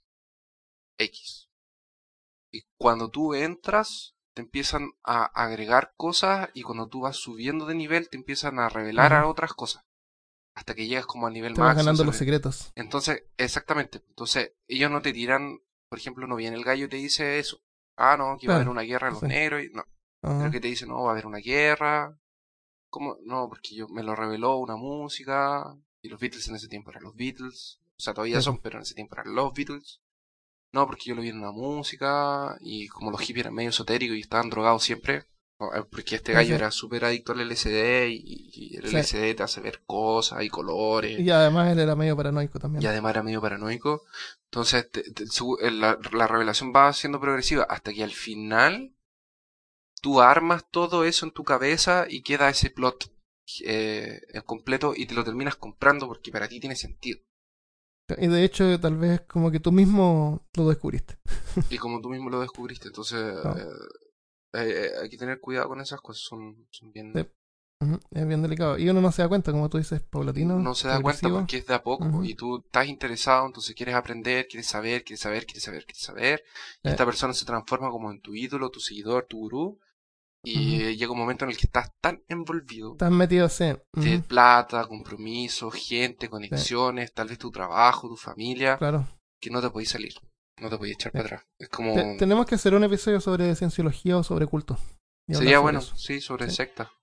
X. Y cuando tú entras, te empiezan a agregar cosas y cuando tú vas subiendo de nivel, te empiezan a revelar Ujú. a otras cosas. Hasta que llegas como al nivel Te vas máximo. ganando se los ve- secretos. Entonces, exactamente. Entonces, ellos no te tiran, por ejemplo, no viene el gallo y te dice eso. Ah, no, que va a haber Claro, una guerra de los sí. negros. Y... no. Pero Ajá. que te dice, no, va a haber una guerra. ¿Cómo? No, porque yo me lo reveló una música. Y los Beatles en ese tiempo eran los Beatles. O sea, todavía Sí, son, pues. pero en ese tiempo eran los Beatles. No, porque yo lo vi en una música. Y como los hippies eran medio esotéricos y estaban drogados siempre. no, eh, Porque este Sí, gallo sí. era súper adicto al L S D. Y, y el Sí. L S D te hace ver cosas y colores. Y además él era medio paranoico Y también. además era medio paranoico. Entonces te- te- su- eh, la, la revelación va siendo progresiva hasta que al final tú armas todo eso en tu cabeza y queda ese plot eh, completo y te lo terminas comprando porque para ti tiene sentido. Y de hecho, tal vez como que tú mismo lo descubriste. Y como tú mismo lo descubriste, entonces No, eh, eh, hay que tener cuidado con esas cosas, son, son sí. bien... Ujú. Es bien delicado. Y uno no se da cuenta, como tú dices, paulatino, No se da cuenta progresivo. porque es de a poco Ujú. y tú estás interesado, entonces quieres aprender, quieres saber, quieres saber, quieres saber, quieres saber y Eh, esta persona se transforma como en tu ídolo, tu seguidor, tu gurú. ujú. Y eh, llega un momento en el que estás tan envolvido Estás metido así. de Ujú. plata, compromiso, gente, Sí, conexiones, tal vez tu trabajo, tu familia, claro. que no te podéis salir, no te podéis echar Sí. para atrás. Es Te- como... tenemos que hacer un episodio sobre cienciología o sobre culto. Y hablar Sería sobre bueno, eso. sí, sobre Sí. secta.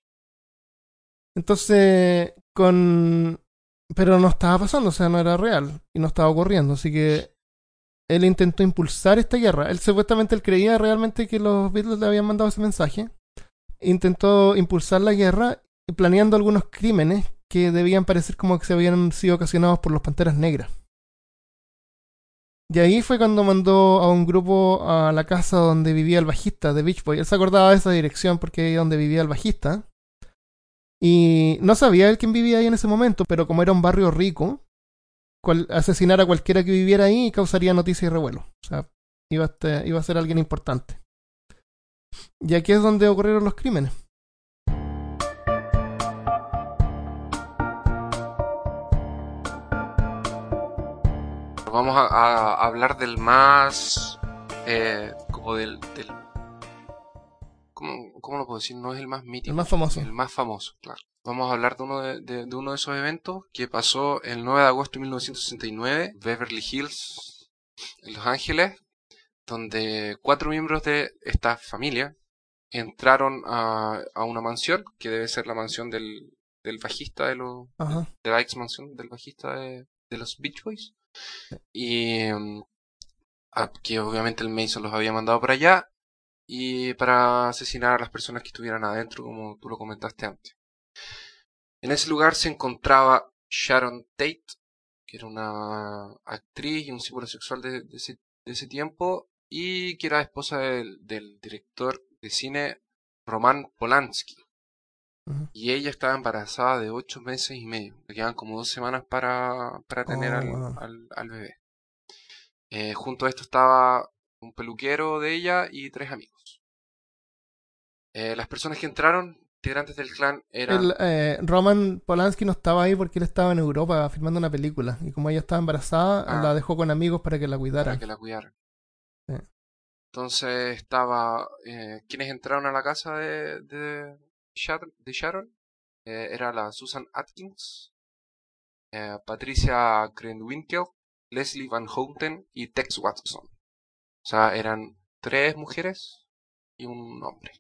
Entonces, con... Pero no estaba pasando, o sea, no era real. Y no estaba ocurriendo. Así que él intentó impulsar esta guerra. Él supuestamente él creía realmente que los Beatles le habían mandado ese mensaje. Intentó impulsar la guerra planeando algunos crímenes que debían parecer como que se habían sido ocasionados por los Panteras Negras. Y ahí fue cuando mandó a un grupo a la casa donde vivía el bajista de Beach Boy. Él se acordaba de esa dirección porque ahí donde vivía el bajista. Y no sabía él quién vivía ahí en ese momento, pero como era un barrio rico, cual, asesinar a cualquiera que viviera ahí causaría noticia y revuelo. O sea, iba a, este, iba a ser alguien importante. Y aquí es donde ocurrieron los crímenes. Vamos a, a hablar del más... Eh, como del... del ¿cómo, ¿Cómo lo puedo decir? No es el más El más mítico, famoso. el más famoso, claro. Vamos a hablar de uno de, de, de uno de esos eventos que pasó el nueve de agosto de mil novecientos sesenta y nueve, Beverly Hills, en Los Ángeles, donde cuatro miembros de esta familia entraron a, a una mansión, que debe ser la mansión del, del bajista de, los Ajá. de la ex mansión del bajista de, de los Beach Boys, y um, a, que obviamente el Mason los había mandado para allá, y para asesinar a las personas que estuvieran adentro, como tú lo comentaste antes. En ese lugar se encontraba Sharon Tate, que era una actriz y un símbolo sexual de, de, ese, de de ese tiempo y que era esposa del, del director de cine Roman Polanski. Ujú. Y ella estaba embarazada de ocho meses y medio. Le quedaban como dos semanas para, para tener Oh, al, wow. al, al bebé. Eh, junto a esto estaba un peluquero de ella y tres amigos. Eh, las personas que entraron, integrantes del clan, El, eran... eh, Roman Polanski no estaba ahí porque él estaba en Europa filmando una película. Y como ella estaba embarazada, la Ah, dejó con amigos para que la para cuidaran. que la cuidaran. Sí. Entonces estaba... Eh, quienes entraron a la casa de, de, Sharon, de Sharon eh, era la Susan Atkins, eh, Patricia Krenwinkel, Leslie Van Houten y Tex Watson. O sea, eran tres mujeres y un hombre.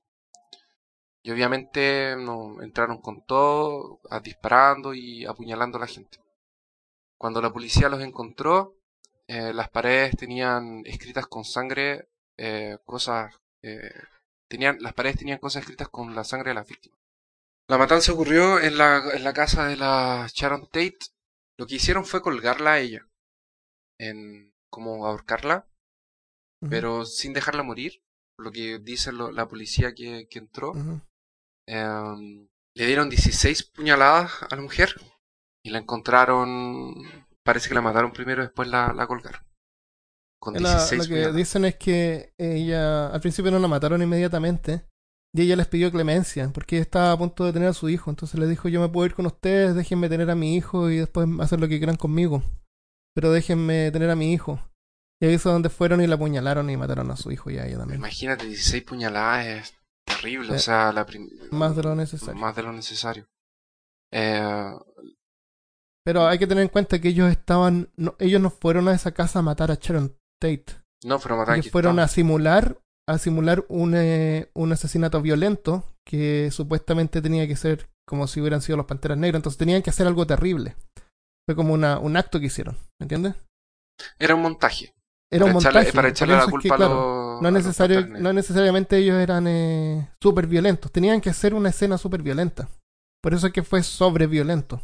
Y obviamente no, entraron con todo, a- disparando y apuñalando a la gente. Cuando la policía los encontró, eh, las paredes tenían escritas con sangre, eh, cosas, eh, tenían, las paredes tenían cosas escritas con la sangre de las víctimas. La matanza ocurrió en la, en la casa de la Sharon Tate. Lo que hicieron fue colgarla a ella, en, como ahorcarla, Ujú, pero sin dejarla morir, por lo que dice lo- la policía que, que entró. ujú. Em, le dieron dieciséis puñaladas a la mujer y la encontraron, parece que la mataron primero y después la, la colgaron. Con La- lo dieciséis que puñaladas. dicen es que ella, al principio no la mataron inmediatamente. Y ella les pidió clemencia, porque ella estaba a punto de tener a su hijo. Entonces le dijo, yo me puedo ir con ustedes, déjenme tener a mi hijo y después hacer lo que quieran conmigo. Pero déjenme tener a mi hijo. Y ahí es donde fueron y la apuñalaron y mataron a su hijo y a ella también. Imagínate, dieciséis puñaladas es terrible, o Sí, sea, la prim- más de lo necesario. más de lo necesario. Eh, Pero hay que tener en cuenta que ellos estaban, no, ellos no fueron a esa casa a matar a Sharon Tate. no, pero matar Ellos aquí fueron está. a simular, a simular un, eh, un asesinato violento que supuestamente tenía que ser como si hubieran sido los Panteras Negras. Entonces tenían que hacer algo terrible. Fue como una, un acto que hicieron, ¿me entiendes? Era un montaje. Era Para un echarle, para montaje. Por echarle la eso es que, culpa a claro, no, los, es a los necesario, Panteras no Negras. necesariamente ellos eran eh, súper violentos. Tenían que hacer una escena súper violenta. Por eso es que fue sobre violento.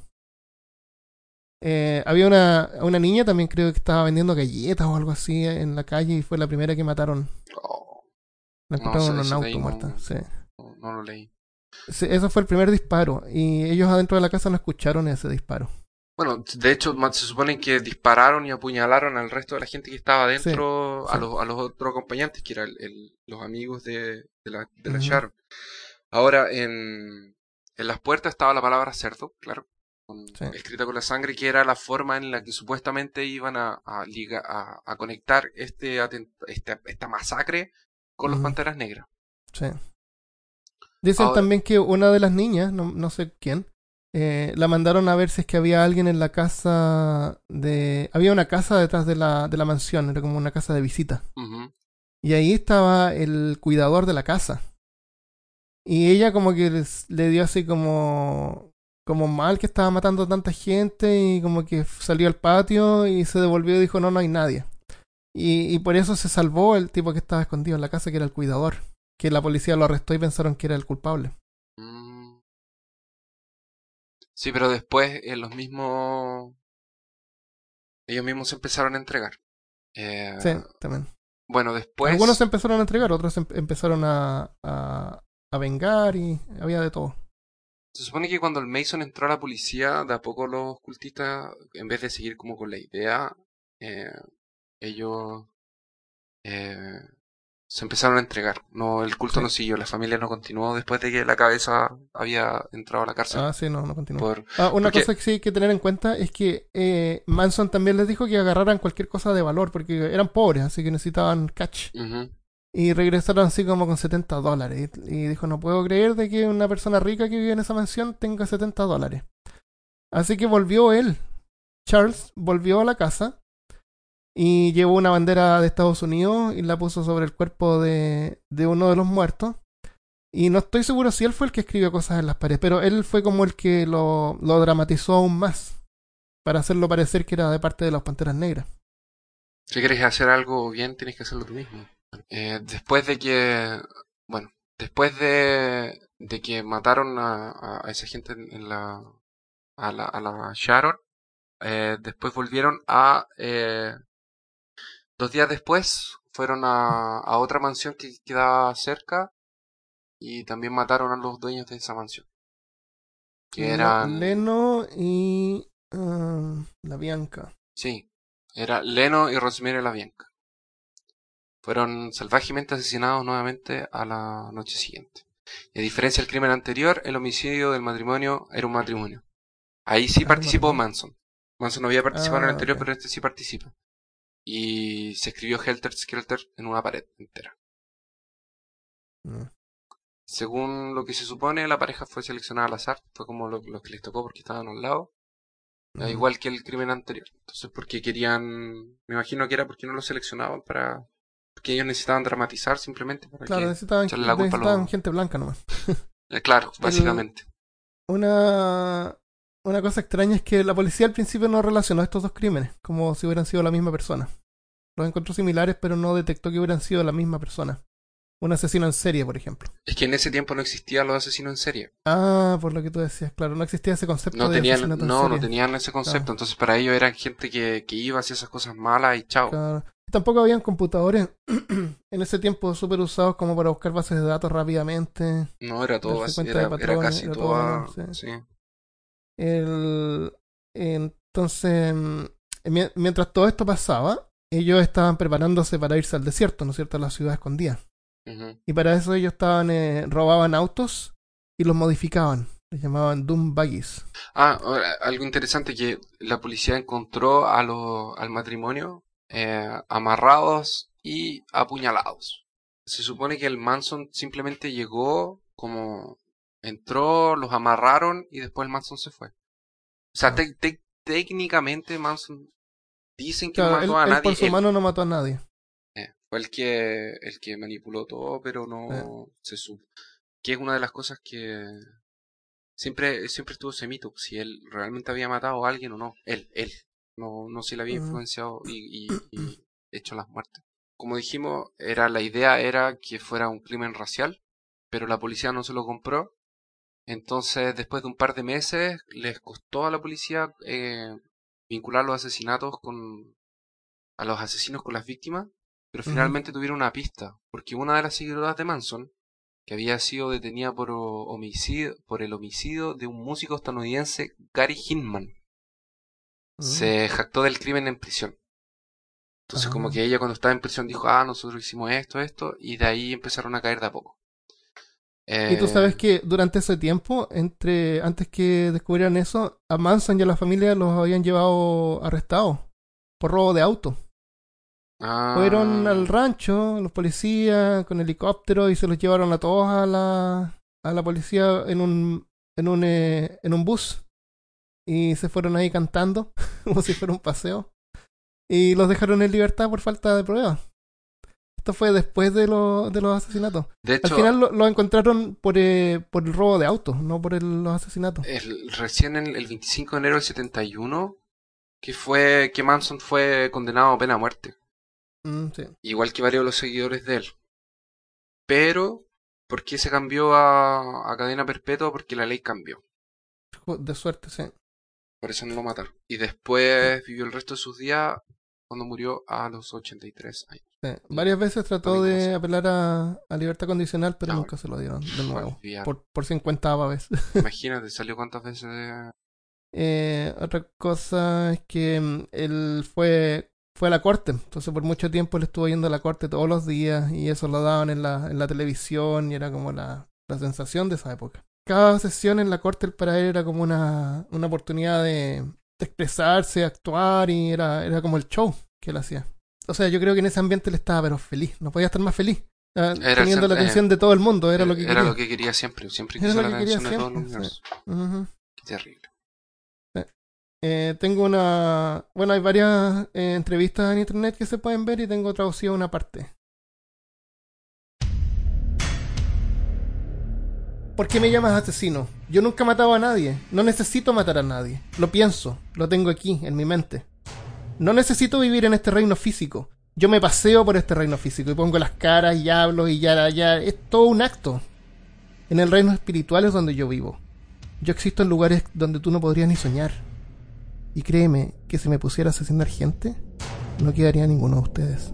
Eh, había una, una niña también creo que estaba vendiendo galletas o algo así en la calle y fue la primera que mataron. Oh, La no, encontraron eso, en un eso de auto ahí muerta. no, Sí. no, no lo leí. Sí, eso fue el primer disparo y ellos adentro de la casa no escucharon ese disparo. Bueno, de hecho, ma- se supone que dispararon y apuñalaron al resto de la gente que estaba Sí, adentro, a sí. los, a los otros acompañantes, que eran los amigos de, de la, de la Ujú, Sharon. Ahora, en, en las puertas estaba la palabra cerdo, claro, con- sí. escrita con la sangre, que era la forma en la que supuestamente iban a, a, liga- a, a conectar este, atent- esta, esta masacre con los Ujú, Panteras Negras. sí. Dicen Ahora, también que una de las niñas, no, no sé quién, eh, la mandaron a ver si es que había alguien en la casa de... Había una casa detrás de la, de la mansión, era como una casa de visita. ujú, Y ahí estaba el cuidador de la casa. Y ella como que les- le dio así como... Como mal que estaba matando a tanta gente y como que salió al patio y se devolvió y dijo no, no hay nadie. Y, y por eso se salvó el tipo que estaba escondido en la casa, que era el cuidador. Que la policía lo arrestó y pensaron que era el culpable. mm, sí, pero después eh, los mismos, ellos mismos se empezaron a entregar. Eh, Sí, también. bueno, Algunos se después empezaron a entregar, otros em- empezaron a, a, a vengar y había de todo. se supone que cuando el Mason entró a la policía, de a poco los cultistas, en vez de seguir como con la idea, eh, ellos eh, se empezaron a entregar. No, el culto Sí. no siguió, la familia no continuó después de que la cabeza había entrado a la cárcel. Ah, sí, no, no continuó. Por, Ah, una porque, cosa que sí hay que tener en cuenta es que eh, Manson también les dijo que agarraran cualquier cosa de valor porque eran pobres, así que necesitaban catch. ujú, Y regresaron así como con setenta dólares. Y, y dijo, no puedo creer de que una persona rica que vive en esa mansión tenga setenta dólares. Así que volvió él. Charles volvió a la casa y llevó una bandera de Estados Unidos y la puso sobre el cuerpo de, de uno de los muertos. Y no estoy seguro si él fue el que escribió cosas en las paredes, pero él fue como el que lo, lo dramatizó aún más para hacerlo parecer que era de parte de las Panteras Negras. si quieres hacer algo bien, tienes que hacerlo tú mismo. Eh, después de que, bueno, después de, de que mataron a, a- a esa gente en, en la, a la, a la Sharon, eh, después volvieron a, eh, Dos días después fueron a, a otra mansión que quedaba cerca y también mataron a los dueños de esa mansión, que Le- eran, Leno y ah, la Bianca. sí, era Leno y Rosemary LaBianca. Fueron salvajemente asesinados nuevamente a la noche siguiente. Y a diferencia del crimen anterior, el homicidio del matrimonio era un matrimonio. Ahí sí Ah, era un participó matrimonio. Manson. Manson no había participado en el Ah, anterior, ok. pero este sí participa. Y se escribió Helter Skelter en una pared entera. Mm, Según lo que se supone, la pareja fue seleccionada al azar, fue como lo, lo que les tocó porque estaban al lado, al mm. igual que el crimen anterior. Entonces, porque querían, me imagino que era porque no lo seleccionaban para, porque ellos necesitaban dramatizar simplemente para Claro, que necesitaban, echarle la culpa a necesitaban los... gente blanca nomás. Eh, claro, El, básicamente. una, una cosa extraña es que la policía al principio no relacionó estos dos crímenes como si hubieran sido la misma persona. Los encontró similares, pero no detectó que hubieran sido la misma persona. Un asesino en serie, por ejemplo. Es que en ese tiempo no existían los asesinos en serie. Ah, por lo que tú decías, claro, no existía ese concepto No de tenían, asesinato en no, no serie. tenían ese concepto. Claro, Entonces para ellos eran gente que, que iba, hacía esas cosas malas y chao. claro. Tampoco habían computadores en ese tiempo súper usados como para buscar bases de datos rápidamente, No, era todo, darse así, cuenta de era, era patrones, casi era todo manual. toda, Sí. sí. El, entonces, mm, mi- mientras todo esto pasaba, ellos estaban preparándose para irse al desierto, ¿no es cierto?, a la ciudad escondida. Ujú. Y para eso ellos estaban eh, robaban autos y los modificaban. Les llamaban Doom Buggies. Ah, ahora, algo interesante que la policía encontró a los, al matrimonio eh, amarrados y apuñalados. Se supone que el Manson simplemente llegó como entró, los amarraron y después el Manson se fue. O sea, Ah. te- te- técnicamente Manson dicen que no Claro, mató él, a él nadie, por su él mano no mató a nadie. eh, fue el que el que manipuló todo, pero Eh, no se supo. Que es una de las cosas que siempre siempre estuvo ese mito, si él realmente había matado a alguien o no. Él, él. No, no si le había mm, influenciado y, y, y hecho las muertes. Como dijimos, era la idea era que fuera un crimen racial, pero la policía no se lo compró. Entonces, después de un par de meses, les costó a la policía eh, vincular los asesinatos con a los asesinos con las víctimas, pero ujú. finalmente tuvieron una pista, porque una de las seguidoras de Manson, que había sido detenida por homicidio, por el homicidio de un músico estadounidense, Gary Hinman, Mm, se jactó del crimen en prisión. Entonces como ah. que ella cuando estaba en prisión dijo, ah, nosotros hicimos esto, esto, y de ahí empezaron a caer de a poco. Y tú sabes Eh, que durante ese tiempo, entre antes que descubrieran eso, a Manson y a la familia los habían llevado arrestados por robo de auto. Fueron al ah, rancho, los policías, con helicóptero y se los llevaron a todos a la, a la policía en un, en un, eh, en un bus. Y se fueron ahí cantando, como si fuera un paseo. Y los dejaron en libertad por falta de pruebas. Esto fue después de, lo, de los asesinatos. de Al hecho, final lo, lo encontraron por, eh, por el robo de autos, no por el- los asesinatos. el, recién en el veinticinco de enero del setenta y uno, que fue que Manson fue condenado a pena de muerte, Mm, sí. igual que varios de los seguidores de él. Pero, ¿por qué se cambió a, a cadena perpetua? Porque la ley cambió. De suerte, sí. Por eso no lo mataron. Y Sí, después vivió el resto de sus días cuando murió a los ochenta y tres años. sí. Y Varias veces lo trató mismo de pasó. apelar a, a libertad condicional, pero No, nunca se lo dieron de fue nuevo. olvidar. Por, por cincuenta vez. Imagínate, salió cuántas veces de... Eh, otra cosa es que mm, él fue, fue a la corte. Entonces por mucho tiempo él estuvo yendo a la corte todos los días y eso lo daban en la, en la televisión y era como la, la sensación de esa época. Cada sesión en la corte para él era como una, una oportunidad de, de expresarse, actuar y era, era como el show que él hacía. O sea, yo creo que en ese ambiente él estaba pero feliz, no podía estar más feliz. Ah, Era, el teniendo la cent- eh, atención de todo el mundo, era lo que era lo quería. que quería siempre. Siempre Era quiso lo la que quería atención de todo el siempre, sí. universo. Ujú. Qué terrible. Sí. Eh, tengo una... Bueno, hay varias eh, entrevistas en internet que se pueden ver y tengo traducido una parte. ¿Por qué me llamas asesino? Yo nunca he matado a nadie. No necesito matar a nadie. Lo pienso. Lo tengo aquí, en mi mente. No necesito vivir en este reino físico. Yo me paseo por este reino físico y pongo las caras y hablo y ya, ya. Es todo un acto. En el reino espiritual es donde yo vivo. Yo existo en lugares donde tú no podrías ni soñar. Y créeme que si me pusiera a asesinar gente, no quedaría ninguno de ustedes.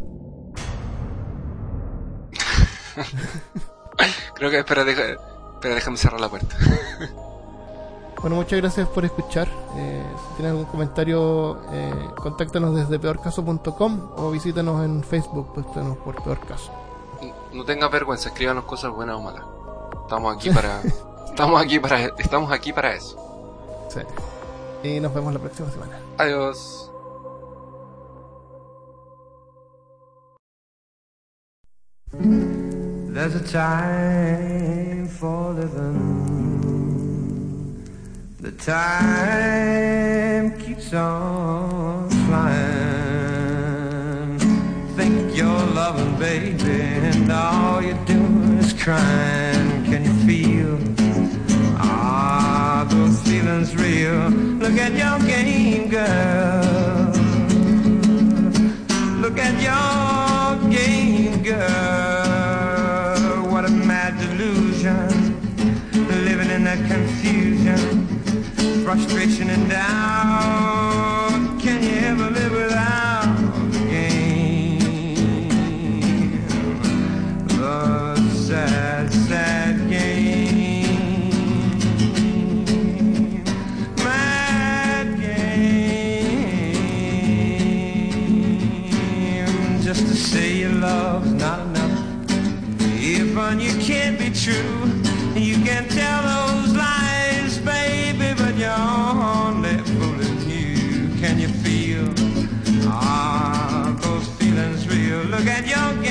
Creo que, espera, deja, espera, déjame cerrar la puerta. Bueno, muchas gracias por escuchar. Eh, si tienes algún comentario, eh, contáctanos desde peor caso punto com o visítanos en Facebook, búscanos por Peor Caso. No tengas vergüenza, escríbanos cosas buenas o malas. Estamos aquí para, estamos aquí para, estamos aquí para eso. Sí. Y nos vemos la próxima semana. Adiós. There's a time for living. The time keeps on flying. Think you're loving, baby, and all you're doing is crying. Can you feel? Ah, those feelings real. Look at your game, girl. Look at your game, girl. What a mad delusion. Living in that confusion, frustration and doubt. Can you ever live without the game? The sad, sad game. Mad game. Just to say your love's not enough. If on you can't be true, you can tell those lies, baby, but you're only fooling you. Can you feel ah those feelings real? Look at your game.